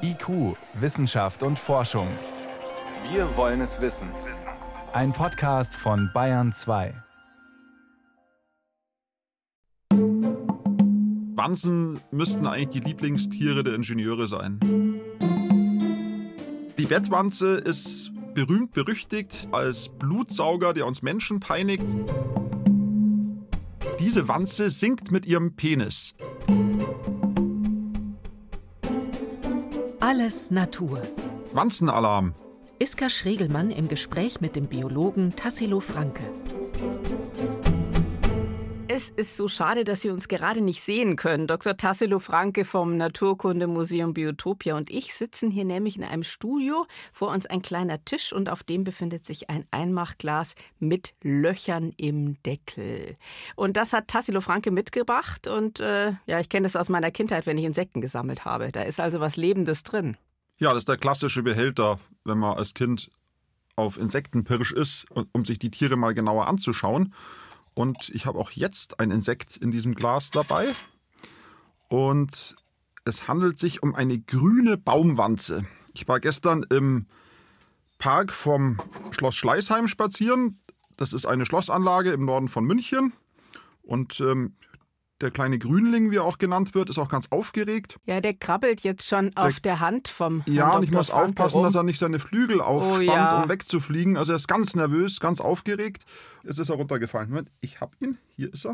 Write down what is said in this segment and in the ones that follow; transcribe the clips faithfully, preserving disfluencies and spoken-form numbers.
I Q, Wissenschaft und Forschung. Wir wollen es wissen. Ein Podcast von Bayern zwei. Wanzen müssten eigentlich die Lieblingstiere der Ingenieure sein. Die Bettwanze ist berühmt berüchtigt als Blutsauger, der uns Menschen peinigt. Diese Wanze singt mit ihrem Penis. Alles Natur. Wanzenalarm. Iska Schregelmann im Gespräch mit dem Biologen Tassilo Franke. Es ist so schade, dass Sie uns gerade nicht sehen können. Doktor Tassilo Franke vom Naturkundemuseum Biotopia und ich sitzen hier nämlich in einem Studio. Vor uns ein kleiner Tisch und auf dem befindet sich ein Einmachglas mit Löchern im Deckel. Und das hat Tassilo Franke mitgebracht und äh, ja, ich kenne das aus meiner Kindheit, wenn ich Insekten gesammelt habe. Da ist also was Lebendes drin. Ja, das ist der klassische Behälter, wenn man als Kind auf Insektenpirsch ist, um sich die Tiere mal genauer anzuschauen. Und ich habe auch jetzt ein Insekt in diesem Glas dabei. Und es handelt sich um eine grüne Baumwanze. Ich war gestern im Park vom Schloss Schleißheim spazieren. Das ist eine Schlossanlage im Norden von München. Und ähm, der kleine Grünling, wie er auch genannt wird, ist auch ganz aufgeregt. Ja, der krabbelt jetzt schon der, auf der Hand vom Herrn Ja, und ich Doktor muss Franke aufpassen, rum. dass er nicht seine Flügel aufspannt, Oh, ja. um wegzufliegen. Also er ist ganz nervös, ganz aufgeregt. Jetzt ist er runtergefallen. Moment, ich hab ihn. Hier ist er.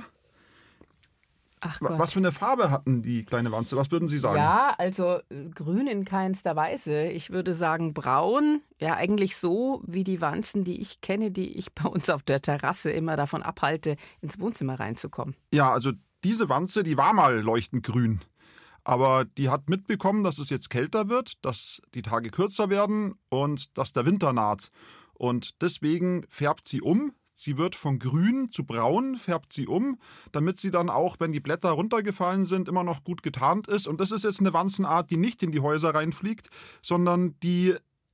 Ach Wa- Gott. Was für eine Farbe hatten die kleine Wanze? Was würden Sie sagen? Ja, also äh, grün in keinster Weise. Ich würde sagen braun. Ja, eigentlich so wie die Wanzen, die ich kenne, die ich bei uns auf der Terrasse immer davon abhalte, ins Wohnzimmer reinzukommen. Ja, also diese Wanze, die war mal leuchtend grün. Aber die hat mitbekommen, dass es jetzt kälter wird, dass die Tage kürzer werden und dass der Winter naht. Und deswegen färbt sie um. Sie wird von grün zu braun, färbt sie um, damit sie dann auch, wenn die Blätter runtergefallen sind, immer noch gut getarnt ist. Und das ist jetzt eine Wanzenart, die nicht in die Häuser reinfliegt, sondern die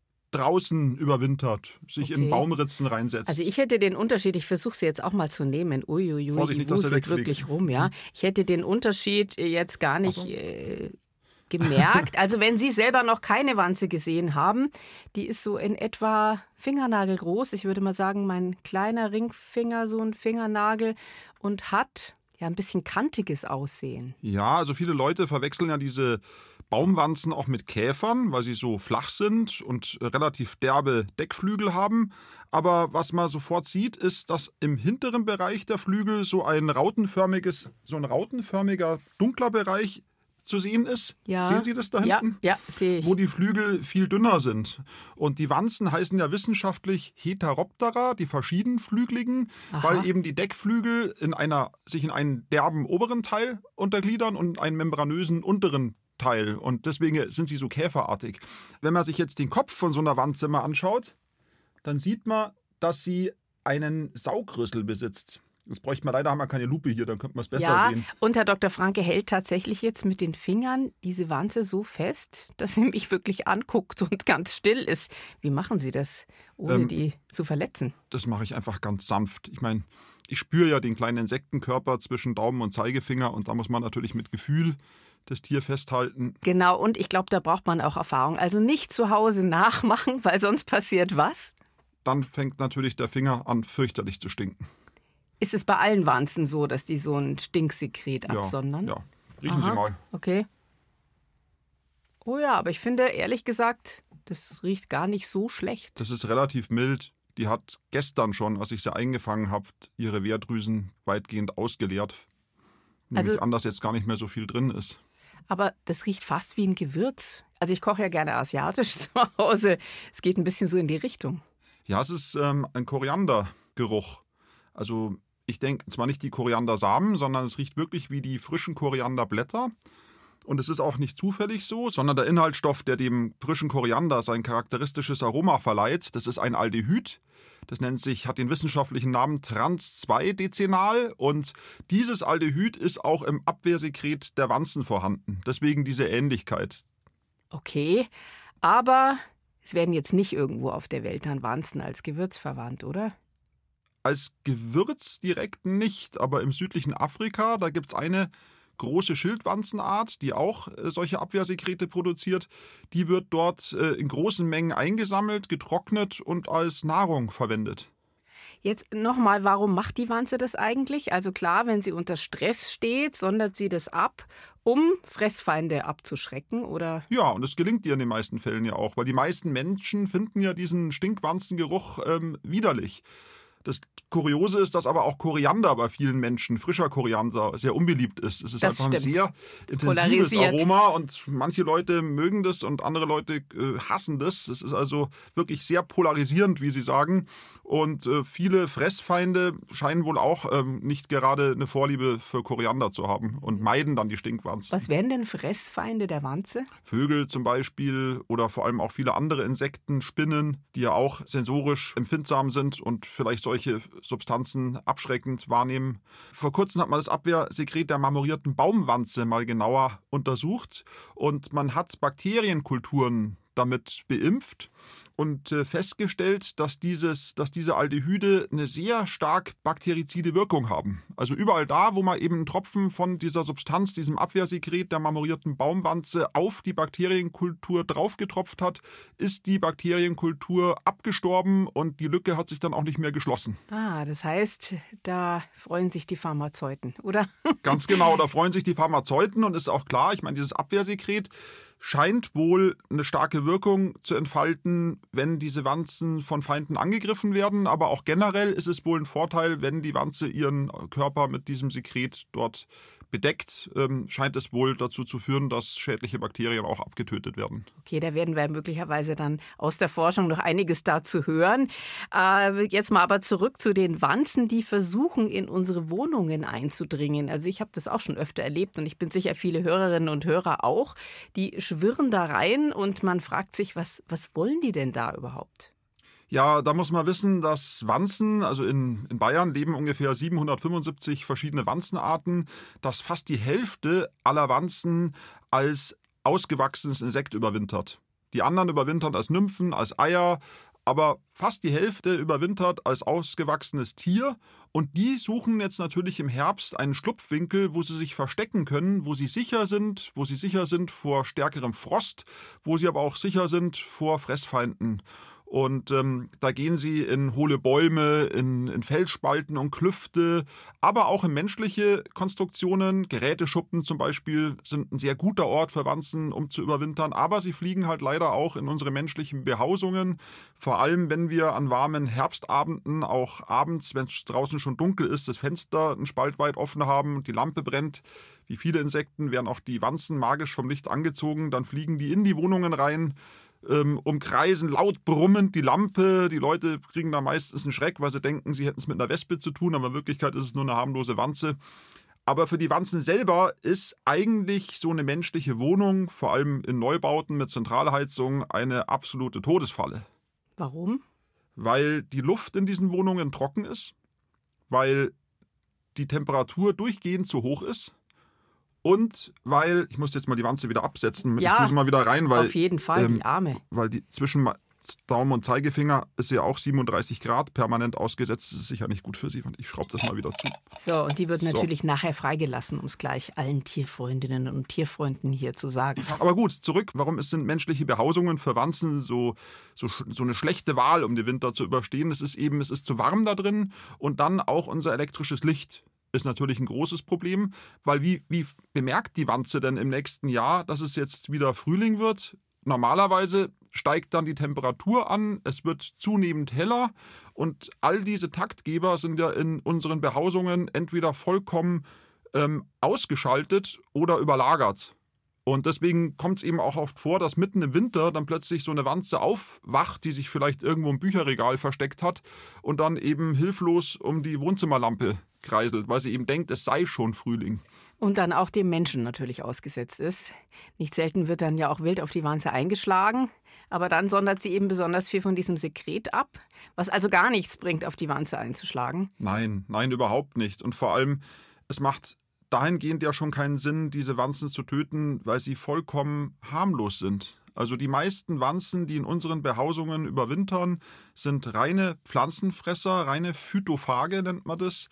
draußen überwintert, sich Okay. in Baumritzen reinsetzt. Also ich hätte den Unterschied, ich versuche sie jetzt auch mal zu nehmen. Uiuiui, Vorsicht die nicht, dass er wuselt wegfliegt. wirklich rum, ja. Ich hätte den Unterschied jetzt gar nicht Achtung. äh, gemerkt. Also wenn Sie selber noch keine Wanze gesehen haben, die ist so in etwa fingernagelgroß. Ich würde mal sagen, mein kleiner Ringfinger, so ein Fingernagel und hat ja ein bisschen kantiges Aussehen. Ja, also viele Leute verwechseln ja diese Baumwanzen auch mit Käfern, weil sie so flach sind und relativ derbe Deckflügel haben. Aber was man sofort sieht, ist, dass im hinteren Bereich der Flügel so ein rautenförmiges, so ein rautenförmiger dunkler Bereich zu sehen ist. Ja. Sehen Sie das da Ja, hinten? ja, sehe ich. Wo die Flügel viel dünner sind. Und die Wanzen heißen ja wissenschaftlich Heteroptera, die verschiedenflügeligen, Aha. weil eben die Deckflügel in einer, sich in einen derben oberen Teil untergliedern und einen membranösen unteren Teil. Und deswegen sind sie so käferartig. Wenn man sich jetzt den Kopf von so einer Wanze mal anschaut, dann sieht man, dass sie einen Saugrüssel besitzt. Das bräuchte man leider, haben wir keine Lupe hier, dann könnte man es besser Ja, sehen. und Herr Doktor Franke hält tatsächlich jetzt mit den Fingern diese Wanze so fest, dass sie mich wirklich anguckt und ganz still ist. Wie machen Sie das, ohne Ähm, die zu verletzen? Das mache ich einfach ganz sanft. Ich meine, ich spüre ja den kleinen Insektenkörper zwischen Daumen und Zeigefinger und da muss man natürlich mit Gefühl das Tier festhalten. Genau, und ich glaube, da braucht man auch Erfahrung. Also nicht zu Hause nachmachen, weil sonst passiert was? Dann fängt natürlich der Finger an, fürchterlich zu stinken. Ist es bei allen Wanzen so, dass die so ein Stinksekret Ja, absondern? ja. Riechen Aha, Sie mal. Okay. Oh ja, aber ich finde, ehrlich gesagt, das riecht gar nicht so schlecht. Das ist relativ mild. Die hat gestern schon, als ich sie eingefangen habe, ihre Wehrdrüsen weitgehend ausgeleert. Nämlich Also- an, dass jetzt gar nicht mehr so viel drin ist. Aber das riecht fast wie ein Gewürz. Also ich koche ja gerne asiatisch zu Hause. Es geht ein bisschen so in die Richtung. Ja, es ist ähm, ein Koriandergeruch. Also ich denke zwar nicht die Koriandersamen, sondern es riecht wirklich wie die frischen Korianderblätter. Und es ist auch nicht zufällig so, sondern der Inhaltsstoff, der dem frischen Koriander sein charakteristisches Aroma verleiht, das ist ein Aldehyd. Das nennt sich, hat den wissenschaftlichen Namen Trans zwei Decenal und dieses Aldehyd ist auch im Abwehrsekret der Wanzen vorhanden. Deswegen diese Ähnlichkeit. Okay, aber es werden jetzt nicht irgendwo auf der Welt dann Wanzen als Gewürz verwandt, oder? Als Gewürz direkt nicht, aber im südlichen Afrika, da gibt es eine große Schildwanzenart, die auch äh, solche Abwehrsekrete produziert. Die wird dort äh, in großen Mengen eingesammelt, getrocknet und als Nahrung verwendet. Jetzt nochmal, warum macht die Wanze das eigentlich? Also klar, wenn sie unter Stress steht, sondert sie das ab, um Fressfeinde abzuschrecken, oder? Ja, und das gelingt ihr in den meisten Fällen ja auch, weil die meisten Menschen finden ja diesen Stinkwanzengeruch ähm, widerlich. Das Kuriose ist, dass aber auch Koriander bei vielen Menschen, frischer Koriander, sehr unbeliebt ist. Es ist das einfach stimmt. ein sehr intensives Aroma und manche Leute mögen das und andere Leute äh, hassen das. Es ist also wirklich sehr polarisierend, wie Sie sagen. Und äh, viele Fressfeinde scheinen wohl auch ähm, nicht gerade eine Vorliebe für Koriander zu haben und meiden dann die Stinkwanzen. Was wären denn Fressfeinde der Wanze? Vögel zum Beispiel oder vor allem auch viele andere Insekten, Spinnen, die ja auch sensorisch empfindsam sind und vielleicht solche Substanzen abschreckend wahrnehmen. Vor kurzem hat man das Abwehrsekret der marmorierten Baumwanze mal genauer untersucht und man hat Bakterienkulturen damit beimpft und äh, festgestellt, dass, dieses, dass diese Aldehyde eine sehr stark bakterizide Wirkung haben. Also überall da, wo man eben einen Tropfen von dieser Substanz, diesem Abwehrsekret der marmorierten Baumwanze auf die Bakterienkultur draufgetropft hat, ist die Bakterienkultur abgestorben und die Lücke hat sich dann auch nicht mehr geschlossen. Ah, das heißt, da freuen sich die Pharmazeuten, oder? Ganz genau, da freuen sich die Pharmazeuten und ist auch klar, ich meine, dieses Abwehrsekret scheint wohl eine starke Wirkung zu entfalten, wenn diese Wanzen von Feinden angegriffen werden. Aber auch generell ist es wohl ein Vorteil, wenn die Wanze ihren Körper mit diesem Sekret dort bedeckt, ähm, scheint es wohl dazu zu führen, dass schädliche Bakterien auch abgetötet werden. Okay, da werden wir möglicherweise dann aus der Forschung noch einiges dazu hören. Äh, jetzt mal aber zurück zu den Wanzen, die versuchen, in unsere Wohnungen einzudringen. Also ich habe das auch schon öfter erlebt und ich bin sicher, viele Hörerinnen und Hörer auch. Die schwirren da rein und man fragt sich, was, was wollen die denn da überhaupt? Ja, da muss man wissen, dass Wanzen, also in, in Bayern leben ungefähr siebenhundertfünfundsiebzig verschiedene Wanzenarten, dass fast die Hälfte aller Wanzen als ausgewachsenes Insekt überwintert. Die anderen überwintern als Nymphen, als Eier, aber fast die Hälfte überwintert als ausgewachsenes Tier. Und die suchen jetzt natürlich im Herbst einen Schlupfwinkel, wo sie sich verstecken können, wo sie sicher sind, wo sie sicher sind vor stärkerem Frost, wo sie aber auch sicher sind vor Fressfeinden. Und ähm, da gehen sie in hohle Bäume, in, in Felsspalten und Klüfte, aber auch in menschliche Konstruktionen. Geräteschuppen zum Beispiel sind ein sehr guter Ort für Wanzen, um zu überwintern. Aber sie fliegen halt leider auch in unsere menschlichen Behausungen. Vor allem, wenn wir an warmen Herbstabenden, auch abends, wenn es draußen schon dunkel ist, das Fenster einen Spalt weit offen haben und die Lampe brennt. Wie viele Insekten werden auch die Wanzen magisch vom Licht angezogen. Dann fliegen die in die Wohnungen rein, Ähm, umkreisen laut brummend die Lampe. Die Leute kriegen da meistens einen Schreck, weil sie denken, sie hätten es mit einer Wespe zu tun, aber in Wirklichkeit ist es nur eine harmlose Wanze. Aber für die Wanzen selber ist eigentlich so eine menschliche Wohnung, vor allem in Neubauten mit Zentralheizung, eine absolute Todesfalle. Warum? Weil die Luft in diesen Wohnungen trocken ist, weil die Temperatur durchgehend zu hoch ist. Und weil, ich muss jetzt mal die Wanze wieder absetzen, ja, ich tue sie mal wieder rein, weil, auf jeden Fall, ähm, die Arme. Weil die zwischen Daumen und Zeigefinger ist ja auch siebenunddreißig Grad permanent ausgesetzt. Das ist sicher nicht gut für sie und ich schraube das mal wieder zu. So, und die wird So. natürlich nachher freigelassen, um es gleich allen Tierfreundinnen und Tierfreunden hier zu sagen. Aber gut, zurück. Warum sind menschliche Behausungen für Wanzen so, so, so eine schlechte Wahl, um den Winter zu überstehen? Es ist eben, es ist zu warm da drin und dann auch unser elektrisches Licht ist natürlich ein großes Problem, weil wie, wie bemerkt die Wanze denn im nächsten Jahr, dass es jetzt wieder Frühling wird? Normalerweise steigt dann die Temperatur an, es wird zunehmend heller und all diese Taktgeber sind ja in unseren Behausungen entweder vollkommen ähm, ausgeschaltet oder überlagert. Und deswegen kommt es eben auch oft vor, dass mitten im Winter dann plötzlich so eine Wanze aufwacht, die sich vielleicht irgendwo im Bücherregal versteckt hat und dann eben hilflos um die Wohnzimmerlampe kreiselt, weil sie eben denkt, es sei schon Frühling. Und dann auch dem Menschen natürlich ausgesetzt ist. Nicht selten wird dann ja auch wild auf die Wanze eingeschlagen, aber dann sondert sie eben besonders viel von diesem Sekret ab, was also gar nichts bringt, auf die Wanze einzuschlagen. Nein, nein, überhaupt nicht. Und vor allem, es macht dahingehend ja schon keinen Sinn, diese Wanzen zu töten, weil sie vollkommen harmlos sind. Also die meisten Wanzen, die in unseren Behausungen überwintern, sind reine Pflanzenfresser, reine Phytophage nennt man das.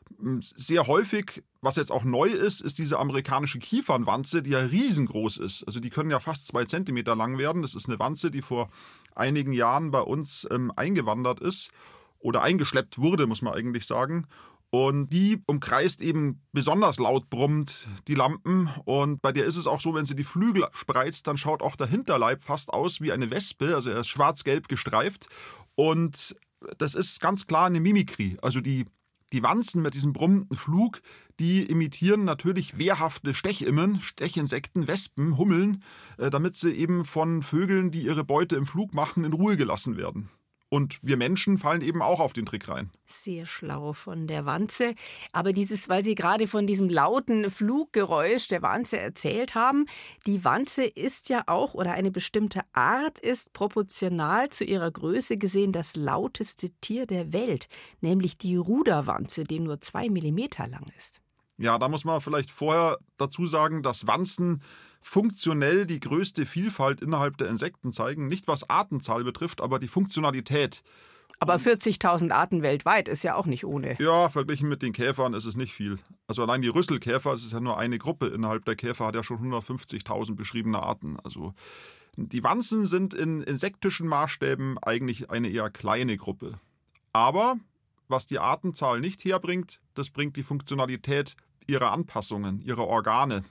Sehr häufig, was jetzt auch neu ist, ist diese amerikanische Kiefernwanze, die ja riesengroß ist. Also die können ja fast zwei Zentimeter lang werden. Das ist eine Wanze, die vor einigen Jahren bei uns ähm, eingewandert ist oder eingeschleppt wurde, muss man eigentlich sagen. Und die umkreist eben besonders laut brummend die Lampen. Und bei der ist es auch so, wenn sie die Flügel spreizt, dann schaut auch der Hinterleib fast aus wie eine Wespe. Also er ist schwarz-gelb gestreift. Und das ist ganz klar eine Mimikrie. Also die Die Wanzen mit diesem brummenden Flug, die imitieren natürlich wehrhafte Stechimmen, Stechinsekten, Wespen, Hummeln, äh, damit sie eben von Vögeln, die ihre Beute im Flug machen, in Ruhe gelassen werden. Und wir Menschen fallen eben auch auf den Trick rein. Sehr schlau von der Wanze. Aber dieses, weil Sie gerade von diesem lauten Fluggeräusch der Wanze erzählt haben, die Wanze ist ja auch, oder eine bestimmte Art ist proportional zu ihrer Größe gesehen das lauteste Tier der Welt, nämlich die Ruderwanze, die nur zwei Millimeter lang ist. Ja, da muss man vielleicht vorher dazu sagen, dass Wanzen funktionell die größte Vielfalt innerhalb der Insekten zeigen. Nicht was Artenzahl betrifft, aber die Funktionalität. Aber vierzigtausend Arten weltweit ist ja auch nicht ohne. Ja, verglichen mit den Käfern ist es nicht viel. Also allein die Rüsselkäfer, das ist ja nur eine Gruppe innerhalb der Käfer, hat ja schon hundertfünfzigtausend beschriebene Arten. Also die Wanzen sind in insektischen Maßstäben eigentlich eine eher kleine Gruppe. Aber was die Artenzahl nicht herbringt, das bringt die Funktionalität ihrer Anpassungen, ihrer Organe.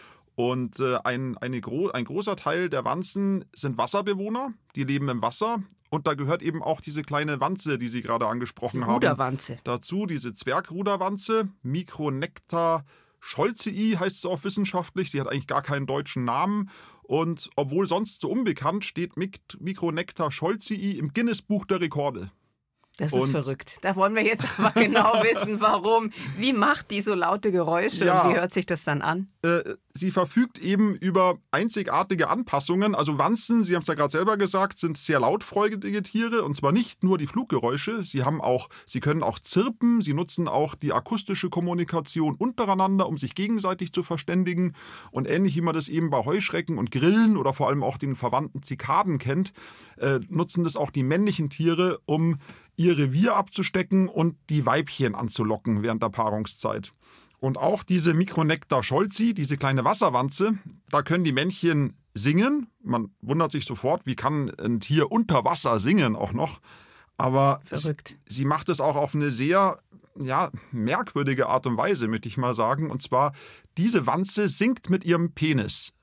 Und äh, ein, eine gro- ein großer Teil der Wanzen sind Wasserbewohner, die leben im Wasser. Und da gehört eben auch diese kleine Wanze, die Sie gerade angesprochen die haben. Ruderwanze. Dazu diese Zwergruderwanze, Micronecta scholzii heißt sie auch wissenschaftlich. Sie hat eigentlich gar keinen deutschen Namen. Und obwohl sonst so unbekannt, steht Micronecta scholzii im Guinness-Buch der Rekorde. Das ist Und verrückt. Da wollen wir jetzt aber genau wissen, warum. Wie macht die so laute Geräusche Ja. und wie hört sich das dann an? Äh, sie verfügt eben über einzigartige Anpassungen. Also Wanzen, Sie haben es ja gerade selber gesagt, sind sehr lautfreudige Tiere. Und zwar nicht nur die Fluggeräusche. Sie haben auch, sie können auch zirpen. Sie nutzen auch die akustische Kommunikation untereinander, um sich gegenseitig zu verständigen. Und ähnlich wie man das eben bei Heuschrecken und Grillen oder vor allem auch den verwandten Zikaden kennt, äh, nutzen das auch die männlichen Tiere, um ihr Revier abzustecken und die Weibchen anzulocken während der Paarungszeit. Und auch diese Micronecta scholzii, diese kleine Wasserwanze, da können die Männchen singen. Man wundert sich sofort, wie kann ein Tier unter Wasser singen auch noch. Aber Verrückt. sie, sie macht es auch auf eine sehr ja, merkwürdige Art und Weise, möchte ich mal sagen. Und zwar, diese Wanze singt mit ihrem Penis.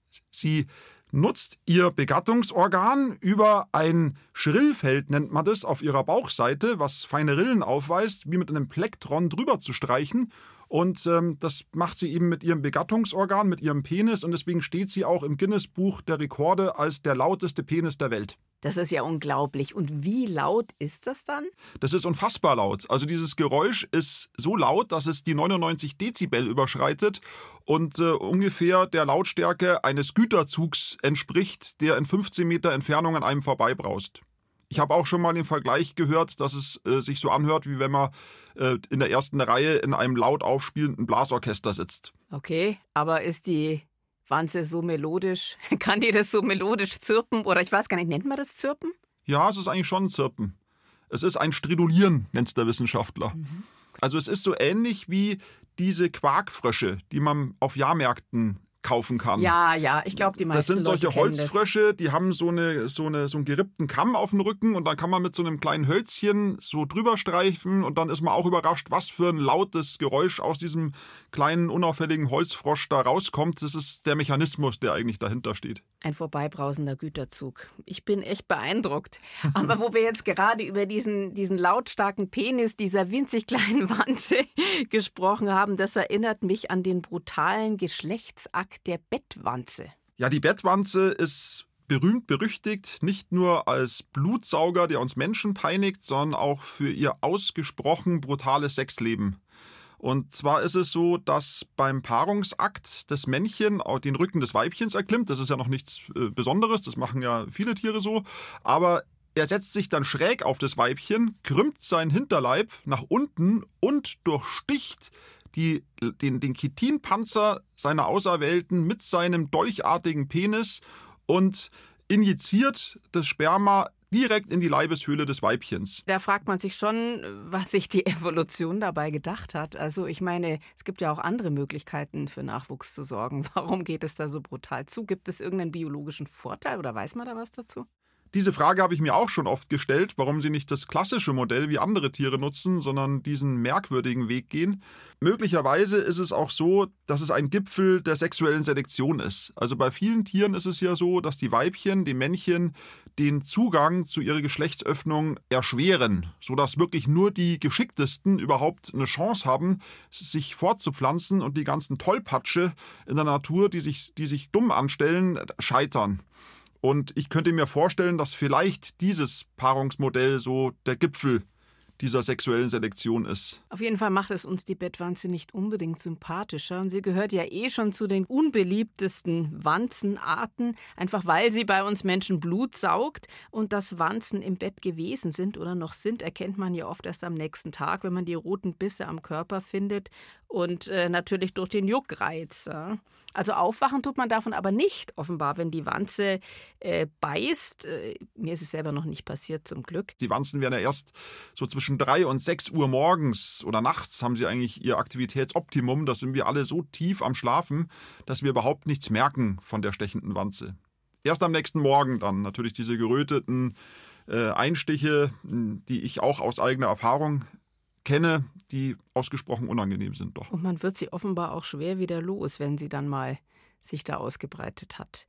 Sie nutzt ihr Begattungsorgan über ein Schrillfeld, nennt man das, auf ihrer Bauchseite, was feine Rillen aufweist, wie mit einem Plektron drüber zu streichen. Und ähm, das macht sie eben mit ihrem Begattungsorgan, mit ihrem Penis. Und deswegen steht sie auch im Guinness-Buch der Rekorde als der lauteste Penis der Welt. Das ist ja unglaublich. Und wie laut ist das dann? Das ist unfassbar laut. Also dieses Geräusch ist so laut, dass es die neunundneunzig Dezibel überschreitet und äh, ungefähr der Lautstärke eines Güterzugs entspricht, der in fünfzehn Meter Entfernung an einem vorbeibraust. Ich habe auch schon mal den Vergleich gehört, dass es äh, sich so anhört, wie wenn man äh, in der ersten Reihe in einem laut aufspielenden Blasorchester sitzt. Okay, aber ist die Wanze so melodisch? Kann die das so melodisch zirpen? Oder ich weiß gar nicht, nennt man das Zirpen? Ja, es ist eigentlich schon ein Zirpen. Es ist ein Stridulieren, nennt es der Wissenschaftler. Mhm. Also es ist so ähnlich wie diese Quarkfrösche, die man auf Jahrmärkten kaufen kann. Ja, ja, ich glaube, die meisten Das sind solche Leute kennen Holzfrösche, die haben so, eine, so, eine, so einen gerippten Kamm auf dem Rücken und dann kann man mit so einem kleinen Hölzchen so drüber streifen und dann ist man auch überrascht, was für ein lautes Geräusch aus diesem kleinen, unauffälligen Holzfrosch da rauskommt. Das ist der Mechanismus, der eigentlich dahinter steht. Ein vorbeibrausender Güterzug. Ich bin echt beeindruckt. Aber wo wir jetzt gerade über diesen, diesen lautstarken Penis dieser winzig kleinen Wanze gesprochen haben, das erinnert mich an den brutalen Geschlechtsakt der Bettwanze. Ja, die Bettwanze ist berühmt berüchtigt, nicht nur als Blutsauger, der uns Menschen peinigt, sondern auch für ihr ausgesprochen brutales Sexleben. Und zwar ist es so, dass beim Paarungsakt das Männchen auch den Rücken des Weibchens erklimmt. Das ist ja noch nichts äh, Besonderes, das machen ja viele Tiere so. Aber er setzt sich dann schräg auf das Weibchen, krümmt seinen Hinterleib nach unten und durchsticht die, den, den Chitinpanzer seiner Auserwählten mit seinem dolchartigen Penis und injiziert das Sperma direkt in die Leibeshöhle des Weibchens. Da fragt man sich schon, was sich die Evolution dabei gedacht hat. Also ich meine, es gibt ja auch andere Möglichkeiten für Nachwuchs zu sorgen. Warum geht es da so brutal zu? Gibt es irgendeinen biologischen Vorteil oder weiß man da was dazu? Diese Frage habe ich mir auch schon oft gestellt, warum sie nicht das klassische Modell wie andere Tiere nutzen, sondern diesen merkwürdigen Weg gehen. Möglicherweise ist es auch so, dass es ein Gipfel der sexuellen Selektion ist. Also bei vielen Tieren ist es ja so, dass die Weibchen, die Männchen, den Zugang zu ihrer Geschlechtsöffnung erschweren, sodass wirklich nur die Geschicktesten überhaupt eine Chance haben, sich fortzupflanzen und die ganzen Tollpatsche in der Natur, die sich, die sich dumm anstellen, scheitern. Und ich könnte mir vorstellen, dass vielleicht dieses Paarungsmodell so der Gipfel dieser sexuellen Selektion ist. Auf jeden Fall macht es uns die Bettwanze nicht unbedingt sympathischer. Und sie gehört ja eh schon zu den unbeliebtesten Wanzenarten, einfach weil sie bei uns Menschen Blut saugt. Und dass Wanzen im Bett gewesen sind oder noch sind, erkennt man ja oft erst am nächsten Tag, wenn man die roten Bisse am Körper findet. Und äh, natürlich durch den Juckreiz. Ja. Also aufwachen tut man davon aber nicht, offenbar, wenn die Wanze äh, beißt. Äh, mir ist es selber noch nicht passiert, zum Glück. Die Wanzen werden ja erst so zwischen drei und sechs Uhr morgens oder nachts haben sie eigentlich ihr Aktivitätsoptimum. Da sind wir alle so tief am Schlafen, dass wir überhaupt nichts merken von der stechenden Wanze. Erst am nächsten Morgen dann natürlich diese geröteten äh, Einstiche, die ich auch aus eigener Erfahrung kenne, die ausgesprochen unangenehm sind doch. Und man wird sie offenbar auch schwer wieder los, wenn sie dann mal sich da ausgebreitet hat.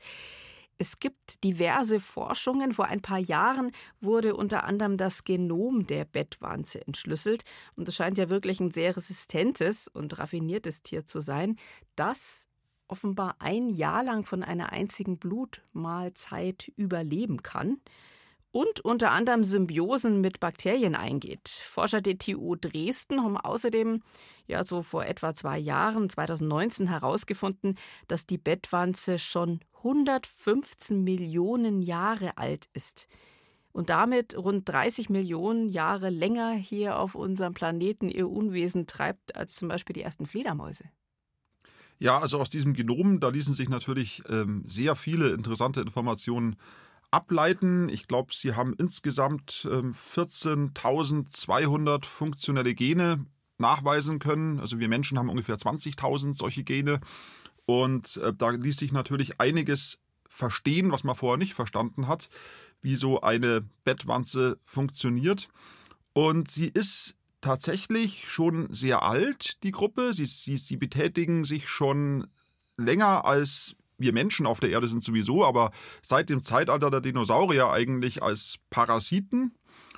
Es gibt diverse Forschungen. Vor ein paar Jahren wurde unter anderem das Genom der Bettwanze entschlüsselt. Und das scheint ja wirklich ein sehr resistentes und raffiniertes Tier zu sein, das offenbar ein Jahr lang von einer einzigen Blutmahlzeit überleben kann. Und unter anderem Symbiosen mit Bakterien eingeht. Forscher der T U Dresden haben außerdem ja so vor etwa zwei Jahren, zwanzig neunzehn, herausgefunden, dass die Bettwanze schon hundertfünfzehn Millionen Jahre alt ist und damit rund dreißig Millionen Jahre länger hier auf unserem Planeten ihr Unwesen treibt als zum Beispiel die ersten Fledermäuse. Ja, also aus diesem Genom, da ließen sich natürlich ähm, sehr viele interessante Informationen ableiten. Ich glaube, sie haben insgesamt ähm, vierzehntausendzweihundert funktionelle Gene nachweisen können. Also wir Menschen haben ungefähr zwanzigtausend solche Gene. Und äh, da ließ sich natürlich einiges verstehen, was man vorher nicht verstanden hat, wie so eine Bettwanze funktioniert. Und sie ist tatsächlich schon sehr alt, die Gruppe. Sie, sie, sie betätigen sich schon länger als wir Menschen auf der Erde sind sowieso, aber seit dem Zeitalter der Dinosaurier eigentlich als Parasiten.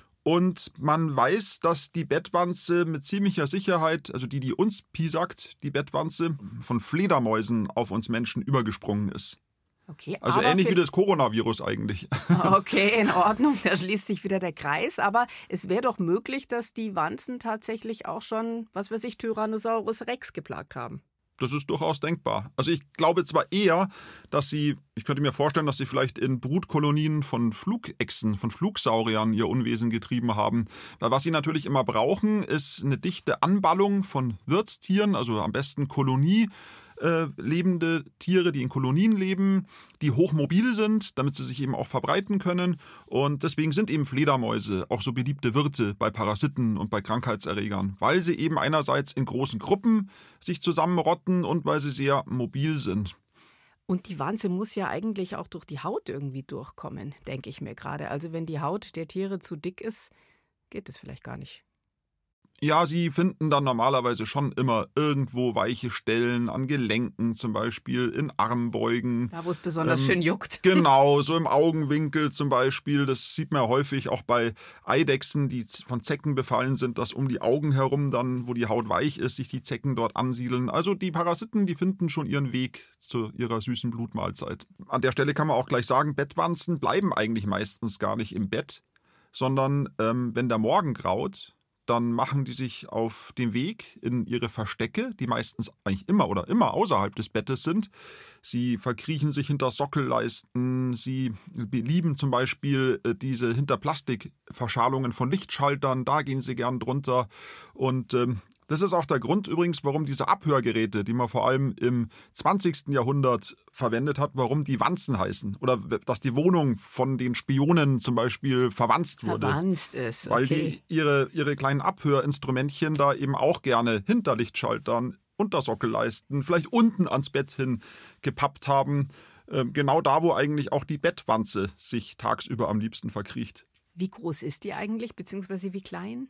Und man weiß, dass die Bettwanze mit ziemlicher Sicherheit, also die, die uns piesackt, die Bettwanze, von Fledermäusen auf uns Menschen übergesprungen ist. Okay, also aber ähnlich wie das Coronavirus eigentlich. Okay, in Ordnung, da schließt sich wieder der Kreis. Aber es wäre doch möglich, dass die Wanzen tatsächlich auch schon, was weiß ich, Tyrannosaurus Rex geplagt haben. Das ist durchaus denkbar. Also ich glaube zwar eher, dass sie, ich könnte mir vorstellen, dass sie vielleicht in Brutkolonien von Flugechsen, von Flugsauriern ihr Unwesen getrieben haben. Weil was sie natürlich immer brauchen, ist eine dichte Anballung von Wirtstieren, also am besten Kolonie. Äh, lebende Tiere, die in Kolonien leben, die hochmobil sind, damit sie sich eben auch verbreiten können. Und deswegen sind eben Fledermäuse auch so beliebte Wirte bei Parasiten und bei Krankheitserregern, weil sie eben einerseits in großen Gruppen sich zusammenrotten und weil sie sehr mobil sind. Und die Wanze muss ja eigentlich auch durch die Haut irgendwie durchkommen, denke ich mir gerade. Also wenn die Haut der Tiere zu dick ist, geht es vielleicht gar nicht. Ja, sie finden dann normalerweise schon immer irgendwo weiche Stellen an Gelenken, zum Beispiel in Armbeugen. Da, wo es besonders ähm, schön juckt. Genau, so im Augenwinkel zum Beispiel. Das sieht man ja häufig auch bei Eidechsen, die von Zecken befallen sind, dass um die Augen herum dann, wo die Haut weich ist, sich die Zecken dort ansiedeln. Also die Parasiten, die finden schon ihren Weg zu ihrer süßen Blutmahlzeit. An der Stelle kann man auch gleich sagen, Bettwanzen bleiben eigentlich meistens gar nicht im Bett, sondern ähm, wenn der Morgen graut, dann machen die sich auf den Weg in ihre Verstecke, die meistens eigentlich immer oder immer außerhalb des Bettes sind. Sie verkriechen sich hinter Sockelleisten, sie lieben zum Beispiel diese hinter Plastikverschalungen von Lichtschaltern, da gehen sie gern drunter. Und ähm, Das ist auch der Grund übrigens, warum diese Abhörgeräte, die man vor allem im zwanzigsten Jahrhundert verwendet hat, warum die Wanzen heißen. Oder dass die Wohnung von den Spionen zum Beispiel verwanzt wurde. Verwanzt ist, okay. Weil die ihre, ihre kleinen Abhörinstrumentchen da eben auch gerne hinter Lichtschaltern, Untersockelleisten, vielleicht unten ans Bett hin gepappt haben. Genau da, wo eigentlich auch die Bettwanze sich tagsüber am liebsten verkriecht. Wie groß ist die eigentlich, beziehungsweise wie klein?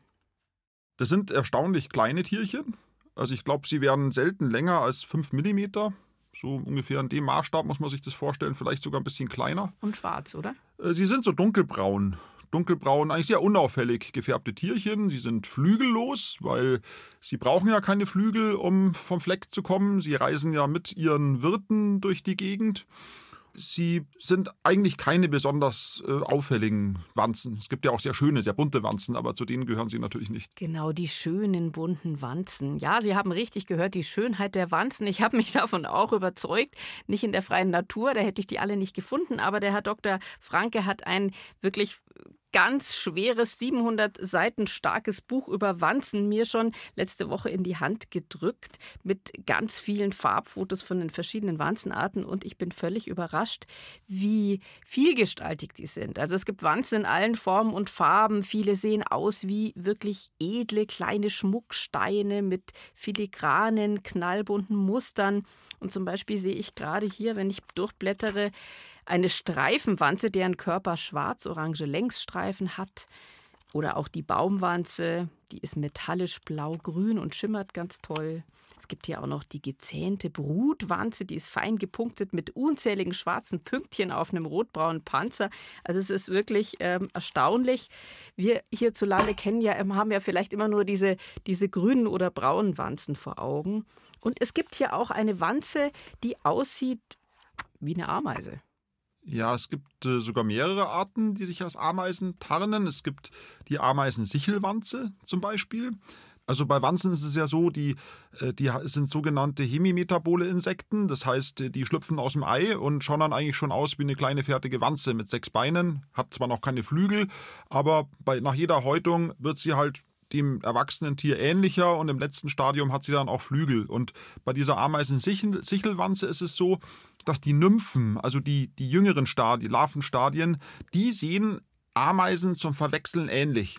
Das sind erstaunlich kleine Tierchen. Also ich glaube, sie werden selten länger als fünf Millimeter. So ungefähr in dem Maßstab muss man sich das vorstellen, vielleicht sogar ein bisschen kleiner. Und schwarz, oder? Sie sind so dunkelbraun. Dunkelbraun, eigentlich sehr unauffällig gefärbte Tierchen. Sie sind flügellos, weil sie brauchen ja keine Flügel, um vom Fleck zu kommen. Sie reisen ja mit ihren Wirten durch die Gegend. Sie sind eigentlich keine besonders äh, auffälligen Wanzen. Es gibt ja auch sehr schöne, sehr bunte Wanzen, aber zu denen gehören sie natürlich nicht. Genau, die schönen, bunten Wanzen. Ja, Sie haben richtig gehört, die Schönheit der Wanzen. Ich habe mich davon auch überzeugt. Nicht in der freien Natur, da hätte ich die alle nicht gefunden. Aber der Herr Doktor Franke hat ein wirklich ganz schweres, siebenhundert Seiten starkes Buch über Wanzen mir schon letzte Woche in die Hand gedrückt mit ganz vielen Farbfotos von den verschiedenen Wanzenarten und ich bin völlig überrascht, wie vielgestaltig die sind. Also es gibt Wanzen in allen Formen und Farben. Viele sehen aus wie wirklich edle kleine Schmucksteine mit filigranen, knallbunten Mustern. Und zum Beispiel sehe ich gerade hier, wenn ich durchblättere, eine Streifenwanze, deren Körper schwarz-orange Längsstreifen hat. Oder auch die Baumwanze, die ist metallisch blau-grün und schimmert ganz toll. Es gibt hier auch noch die gezähnte Brutwanze, die ist fein gepunktet mit unzähligen schwarzen Pünktchen auf einem rotbraunen Panzer. Also es ist wirklich ähm, erstaunlich. Wir hierzulande kennen ja, haben ja vielleicht immer nur diese, diese grünen oder braunen Wanzen vor Augen. Und es gibt hier auch eine Wanze, die aussieht wie eine Ameise. Ja, es gibt äh, sogar mehrere Arten, die sich als Ameisen tarnen. Es gibt die Ameisen-Sichelwanze zum Beispiel. Also bei Wanzen ist es ja so, die, äh, die sind sogenannte hemimetabole Insekten. Das heißt, die schlüpfen aus dem Ei und schauen dann eigentlich schon aus wie eine kleine fertige Wanze mit sechs Beinen. Hat zwar noch keine Flügel, aber bei, nach jeder Häutung wird sie halt dem erwachsenen Tier ähnlicher und im letzten Stadium hat sie dann auch Flügel. Und bei dieser Ameisen-Sichelwanze ist es so, dass die Nymphen, also die, die jüngeren Stadien, die Larvenstadien, die sehen Ameisen zum Verwechseln ähnlich.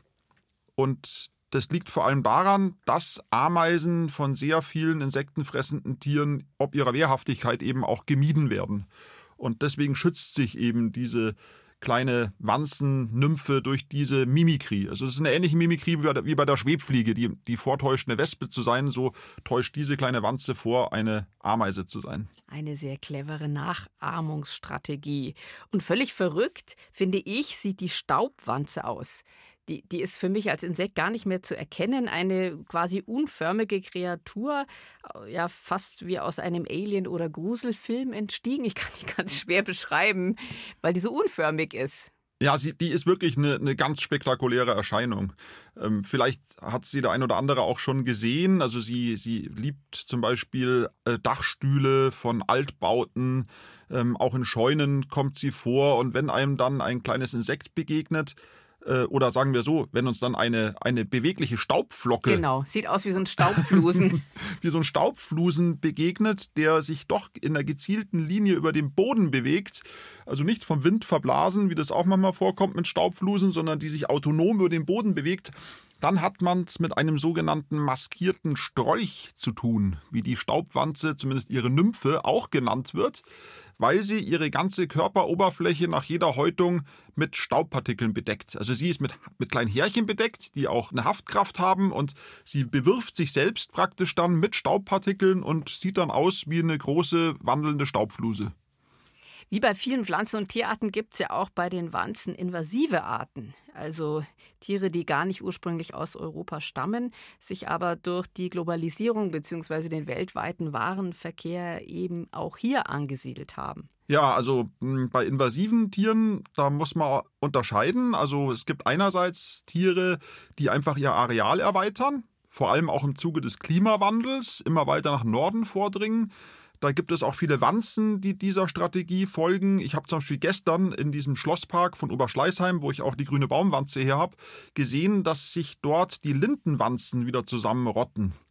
Und das liegt vor allem daran, dass Ameisen von sehr vielen insektenfressenden Tieren ob ihrer Wehrhaftigkeit eben auch gemieden werden. Und deswegen schützt sich eben diese kleine Wanzennymphe durch diese Mimikrie. Also es ist eine ähnliche Mimikrie wie bei der Schwebfliege, die, die vortäuscht, eine Wespe zu sein. So täuscht diese kleine Wanze vor, eine Ameise zu sein. Eine sehr clevere Nachahmungsstrategie. Und völlig verrückt, finde ich, sieht die Staubwanze aus. Die, die ist für mich als Insekt gar nicht mehr zu erkennen. Eine quasi unförmige Kreatur, ja fast wie aus einem Alien- oder Gruselfilm entstiegen. Ich kann die ganz schwer beschreiben, weil die so unförmig ist. Ja, sie, die ist wirklich eine, eine ganz spektakuläre Erscheinung. Ähm, vielleicht hat sie der ein oder andere auch schon gesehen. Also sie, sie liebt zum Beispiel äh, Dachstühle von Altbauten. Ähm, auch in Scheunen kommt sie vor. Und wenn einem dann ein kleines Insekt begegnet, oder sagen wir so, wenn uns dann eine, eine bewegliche Staubflocke... Genau, sieht aus wie so ein Staubflusen. wie so ein Staubflusen begegnet, der sich doch in einer gezielten Linie über den Boden bewegt. Also nicht vom Wind verblasen, wie das auch manchmal vorkommt mit Staubflusen, sondern die sich autonom über den Boden bewegt. Dann hat man es mit einem sogenannten maskierten Strolch zu tun, wie die Staubwanze, zumindest ihre Nymphe, auch genannt wird, weil sie ihre ganze Körperoberfläche nach jeder Häutung mit Staubpartikeln bedeckt. Also sie ist mit, mit kleinen Härchen bedeckt, die auch eine Haftkraft haben und sie bewirft sich selbst praktisch dann mit Staubpartikeln und sieht dann aus wie eine große wandelnde Staubfluse. Wie bei vielen Pflanzen- und Tierarten gibt es ja auch bei den Wanzen invasive Arten. Also Tiere, die gar nicht ursprünglich aus Europa stammen, sich aber durch die Globalisierung bzw. den weltweiten Warenverkehr eben auch hier angesiedelt haben. Ja, also mh, bei invasiven Tieren, da muss man unterscheiden. Also es gibt einerseits Tiere, die einfach ihr Areal erweitern, vor allem auch im Zuge des Klimawandels, immer weiter nach Norden vordringen. Da gibt es auch viele Wanzen, die dieser Strategie folgen. Ich habe zum Beispiel gestern in diesem Schlosspark von Oberschleißheim, wo ich auch die grüne Baumwanze her habe, gesehen, dass sich dort die Lindenwanzen wieder zusammenrotten.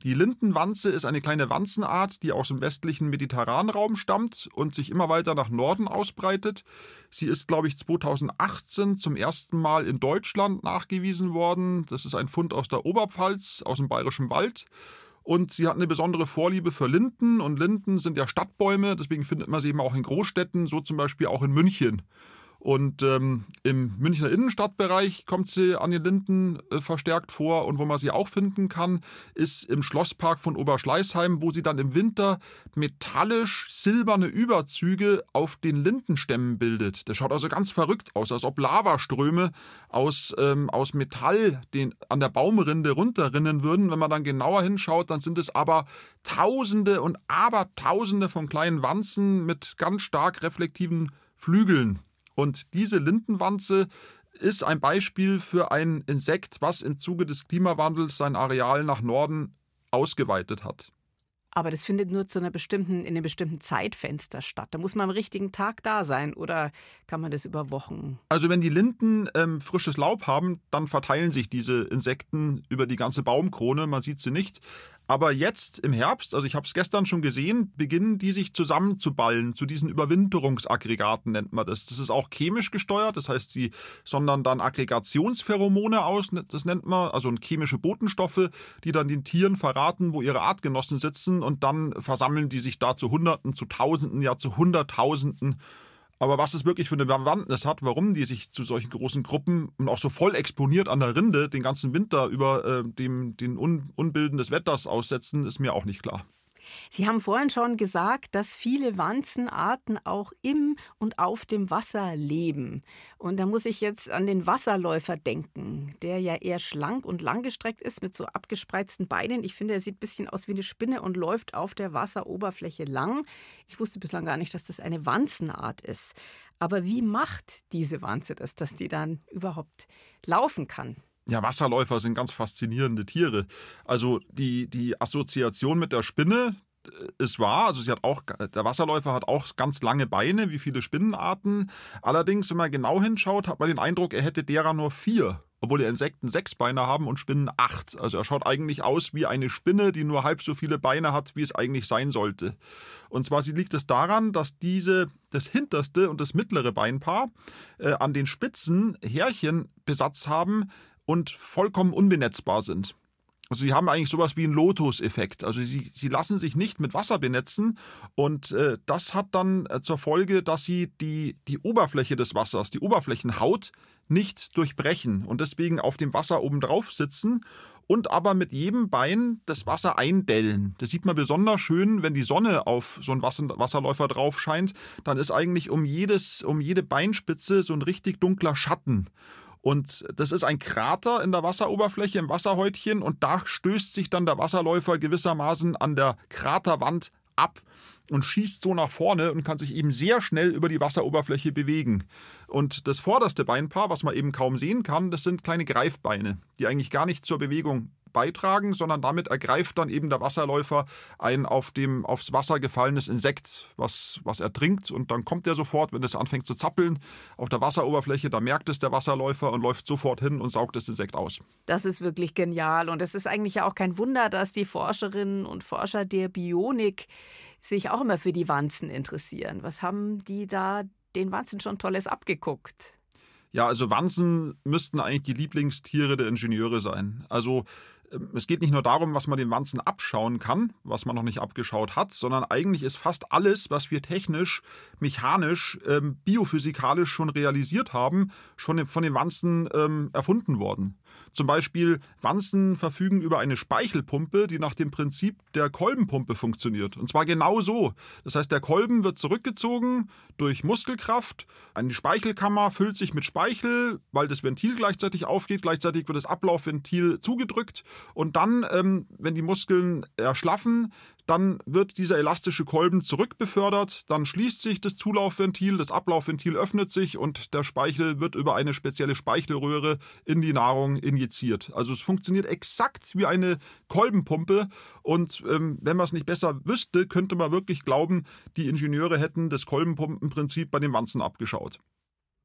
Die Lindenwanze ist eine kleine Wanzenart, die aus dem westlichen mediterranen Raum stammt und sich immer weiter nach Norden ausbreitet. Sie ist, glaube ich, zweitausendachtzehn zum ersten Mal in Deutschland nachgewiesen worden. Das ist ein Fund aus der Oberpfalz, aus dem Bayerischen Wald. Und sie hat eine besondere Vorliebe für Linden. Und Linden sind ja Stadtbäume, deswegen findet man sie eben auch in Großstädten, so zum Beispiel auch in München. Und ähm, im Münchner Innenstadtbereich kommt sie an den Linden äh, verstärkt vor. Und wo man sie auch finden kann, ist im Schlosspark von Oberschleißheim, wo sie dann im Winter metallisch silberne Überzüge auf den Lindenstämmen bildet. Das schaut also ganz verrückt aus, als ob Lavaströme aus, ähm, aus Metall den, an der Baumrinde runterrinnen würden. Wenn man dann genauer hinschaut, dann sind es aber Tausende und Abertausende von kleinen Wanzen mit ganz stark reflektiven Flügeln. Und diese Lindenwanze ist ein Beispiel für ein Insekt, was im Zuge des Klimawandels sein Areal nach Norden ausgeweitet hat. Aber das findet nur zu einer bestimmten, in einem bestimmten Zeitfenster statt. Da muss man am richtigen Tag da sein oder kann man das über Wochen? Also wenn die Linden ähm, frisches Laub haben, dann verteilen sich diese Insekten über die ganze Baumkrone. Man sieht sie nicht. Aber jetzt im Herbst, also ich habe es gestern schon gesehen, beginnen die sich zusammenzuballen. Zu diesen Überwinterungsaggregaten nennt man das. Das ist auch chemisch gesteuert. Das heißt, sie sondern dann Aggregationspheromone aus. Das nennt man, also chemische Botenstoffe, die dann den Tieren verraten, wo ihre Artgenossen sitzen. Und dann versammeln die sich da zu Hunderten, zu Tausenden, ja zu Hunderttausenden. Aber was es wirklich für eine Bewandtnis hat, warum die sich zu solchen großen Gruppen und auch so voll exponiert an der Rinde den ganzen Winter über äh, dem, den Un- Unbilden des Wetters aussetzen, ist mir auch nicht klar. Sie haben vorhin schon gesagt, dass viele Wanzenarten auch im und auf dem Wasser leben. Und da muss ich jetzt an den Wasserläufer denken, der ja eher schlank und langgestreckt ist mit so abgespreizten Beinen. Ich finde, er sieht ein bisschen aus wie eine Spinne und läuft auf der Wasseroberfläche lang. Ich wusste bislang gar nicht, dass das eine Wanzenart ist. Aber wie macht diese Wanze das, dass die dann überhaupt laufen kann? Ja, Wasserläufer sind ganz faszinierende Tiere. Also die, die Assoziation mit der Spinne ist wahr. Also sie hat auch, der Wasserläufer hat auch ganz lange Beine, wie viele Spinnenarten. Allerdings, wenn man genau hinschaut, hat man den Eindruck, er hätte derer nur vier. Obwohl die Insekten sechs Beine haben und Spinnen acht. Also er schaut eigentlich aus wie eine Spinne, die nur halb so viele Beine hat, wie es eigentlich sein sollte. Und zwar liegt es daran, dass diese, das hinterste und das mittlere Beinpaar äh, an den Spitzen Härchenbesatz haben und vollkommen unbenetzbar sind. Also sie haben eigentlich sowas wie einen Lotus-Effekt. Also sie, sie lassen sich nicht mit Wasser benetzen und äh, das hat dann äh, zur Folge, dass sie die, die Oberfläche des Wassers, die Oberflächenhaut nicht durchbrechen und deswegen auf dem Wasser oben drauf sitzen und aber mit jedem Bein das Wasser eindellen. Das sieht man besonders schön, wenn die Sonne auf so einen Wasser, Wasserläufer drauf scheint. Dann ist eigentlich um, jedes, um jede Beinspitze so ein richtig dunkler Schatten. Und das ist ein Krater in der Wasseroberfläche, im Wasserhäutchen und da stößt sich dann der Wasserläufer gewissermaßen an der Kraterwand ab und schießt so nach vorne und kann sich eben sehr schnell über die Wasseroberfläche bewegen. Und das vorderste Beinpaar, was man eben kaum sehen kann, das sind kleine Greifbeine, die eigentlich gar nicht zur Bewegung beitragen, sondern damit ergreift dann eben der Wasserläufer ein auf dem, aufs Wasser gefallenes Insekt, was, was er trinkt und dann kommt er sofort, wenn es anfängt zu zappeln, auf der Wasseroberfläche, da merkt es der Wasserläufer und läuft sofort hin und saugt das Insekt aus. Das ist wirklich genial und es ist eigentlich ja auch kein Wunder, dass die Forscherinnen und Forscher der Bionik sich auch immer für die Wanzen interessieren. Was haben die da den Wanzen schon Tolles abgeguckt? Ja, also Wanzen müssten eigentlich die Lieblingstiere der Ingenieure sein. Also es geht nicht nur darum, was man den Wanzen abschauen kann, was man noch nicht abgeschaut hat, sondern eigentlich ist fast alles, was wir technisch, mechanisch, ähm, biophysikalisch schon realisiert haben, schon von den Wanzen ähm, erfunden worden. Zum Beispiel Wanzen verfügen über eine Speichelpumpe, die nach dem Prinzip der Kolbenpumpe funktioniert. Und zwar genau so. Das heißt, der Kolben wird zurückgezogen durch Muskelkraft. Eine Speichelkammer füllt sich mit Speichel, weil das Ventil gleichzeitig aufgeht. Gleichzeitig wird das Ablaufventil zugedrückt. Und dann, ähm, wenn die Muskeln erschlaffen, dann wird dieser elastische Kolben zurückbefördert, dann schließt sich das Zulaufventil, das Ablaufventil öffnet sich und der Speichel wird über eine spezielle Speichelröhre in die Nahrung injiziert. Also es funktioniert exakt wie eine Kolbenpumpe und ähm, wenn man es nicht besser wüsste, könnte man wirklich glauben, die Ingenieure hätten das Kolbenpumpenprinzip bei den Wanzen abgeschaut.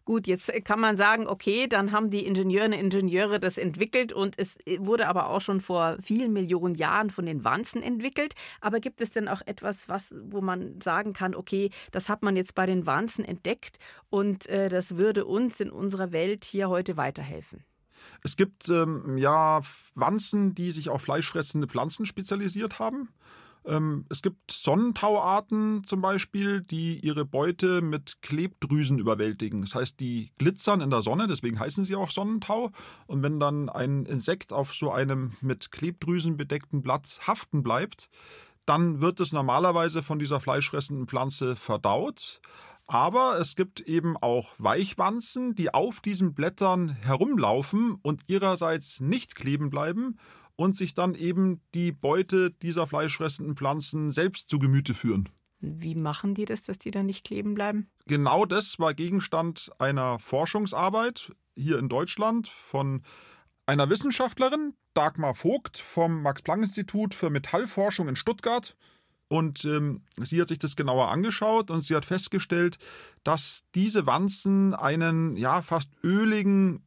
Gut, jetzt kann man sagen, okay, dann haben die Ingenieurinnen und Ingenieure das entwickelt und es wurde aber auch schon vor vielen Millionen Jahren von den Wanzen entwickelt. Aber gibt es denn auch etwas, was, wo man sagen kann, okay, das hat man jetzt bei den Wanzen entdeckt und äh, das würde uns in unserer Welt hier heute weiterhelfen? Es gibt ähm, ja Wanzen, die sich auf fleischfressende Pflanzen spezialisiert haben. Ähm, es gibt Sonnentauarten zum Beispiel, die ihre Beute mit Klebdrüsen überwältigen. Das heißt, die glitzern in der Sonne, deswegen heißen sie auch Sonnentau. Und wenn dann ein Insekt auf so einem mit Klebdrüsen bedeckten Blatt haften bleibt, dann wird es normalerweise von dieser fleischfressenden Pflanze verdaut. Aber es gibt eben auch Weichwanzen, die auf diesen Blättern herumlaufen und ihrerseits nicht kleben bleiben und sich dann eben die Beute dieser fleischfressenden Pflanzen selbst zu Gemüte führen. Wie machen die das, dass die dann nicht kleben bleiben? Genau das war Gegenstand einer Forschungsarbeit hier in Deutschland von einer Wissenschaftlerin, Dagmar Vogt vom Max-Planck-Institut für Metallforschung in Stuttgart. Und ähm, sie hat sich das genauer angeschaut und sie hat festgestellt, dass diese Wanzen einen ja fast öligen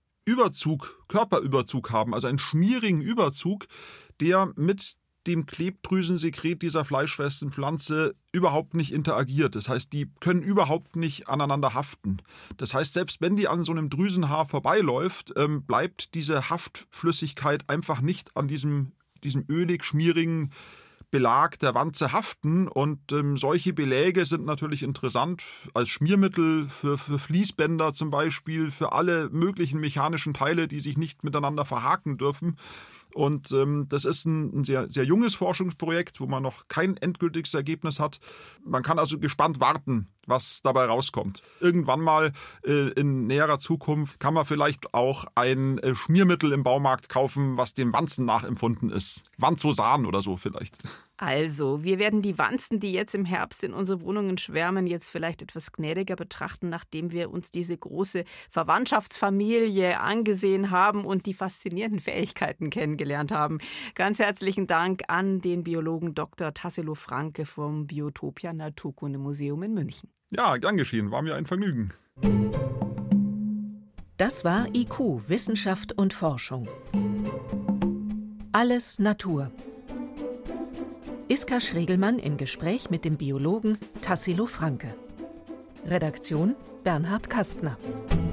Überzug, Körperüberzug haben, also einen schmierigen Überzug, der mit dem Klebdrüsensekret dieser fleischfesten Pflanze überhaupt nicht interagiert. Das heißt, die können überhaupt nicht aneinander haften. Das heißt, selbst wenn die an so einem Drüsenhaar vorbeiläuft, ähm, bleibt diese Haftflüssigkeit einfach nicht an diesem, diesem ölig schmierigen Belag der Wanze haften und ähm, solche Beläge sind natürlich interessant als Schmiermittel für, für Fließbänder zum Beispiel, für alle möglichen mechanischen Teile, die sich nicht miteinander verhaken dürfen. Und ähm, das ist ein, ein sehr, sehr junges Forschungsprojekt, wo man noch kein endgültiges Ergebnis hat. Man kann also gespannt warten, was dabei rauskommt. Irgendwann mal äh, in näherer Zukunft kann man vielleicht auch ein äh, Schmiermittel im Baumarkt kaufen, was dem Wanzen nachempfunden ist. Wanzosan oder so vielleicht. Also, wir werden die Wanzen, die jetzt im Herbst in unsere Wohnungen schwärmen, jetzt vielleicht etwas gnädiger betrachten, nachdem wir uns diese große Verwandtschaftsfamilie angesehen haben und die faszinierenden Fähigkeiten kennengelernt haben. Ganz herzlichen Dank an den Biologen Doktor Tassilo Franke vom Biotopia Naturkundemuseum in München. Ja, gern geschehen. War mir ein Vergnügen. Das war I Q, Wissenschaft und Forschung. Alles Natur. Iska Schregelmann im Gespräch mit dem Biologen Tassilo Franke. Redaktion Bernhard Kastner.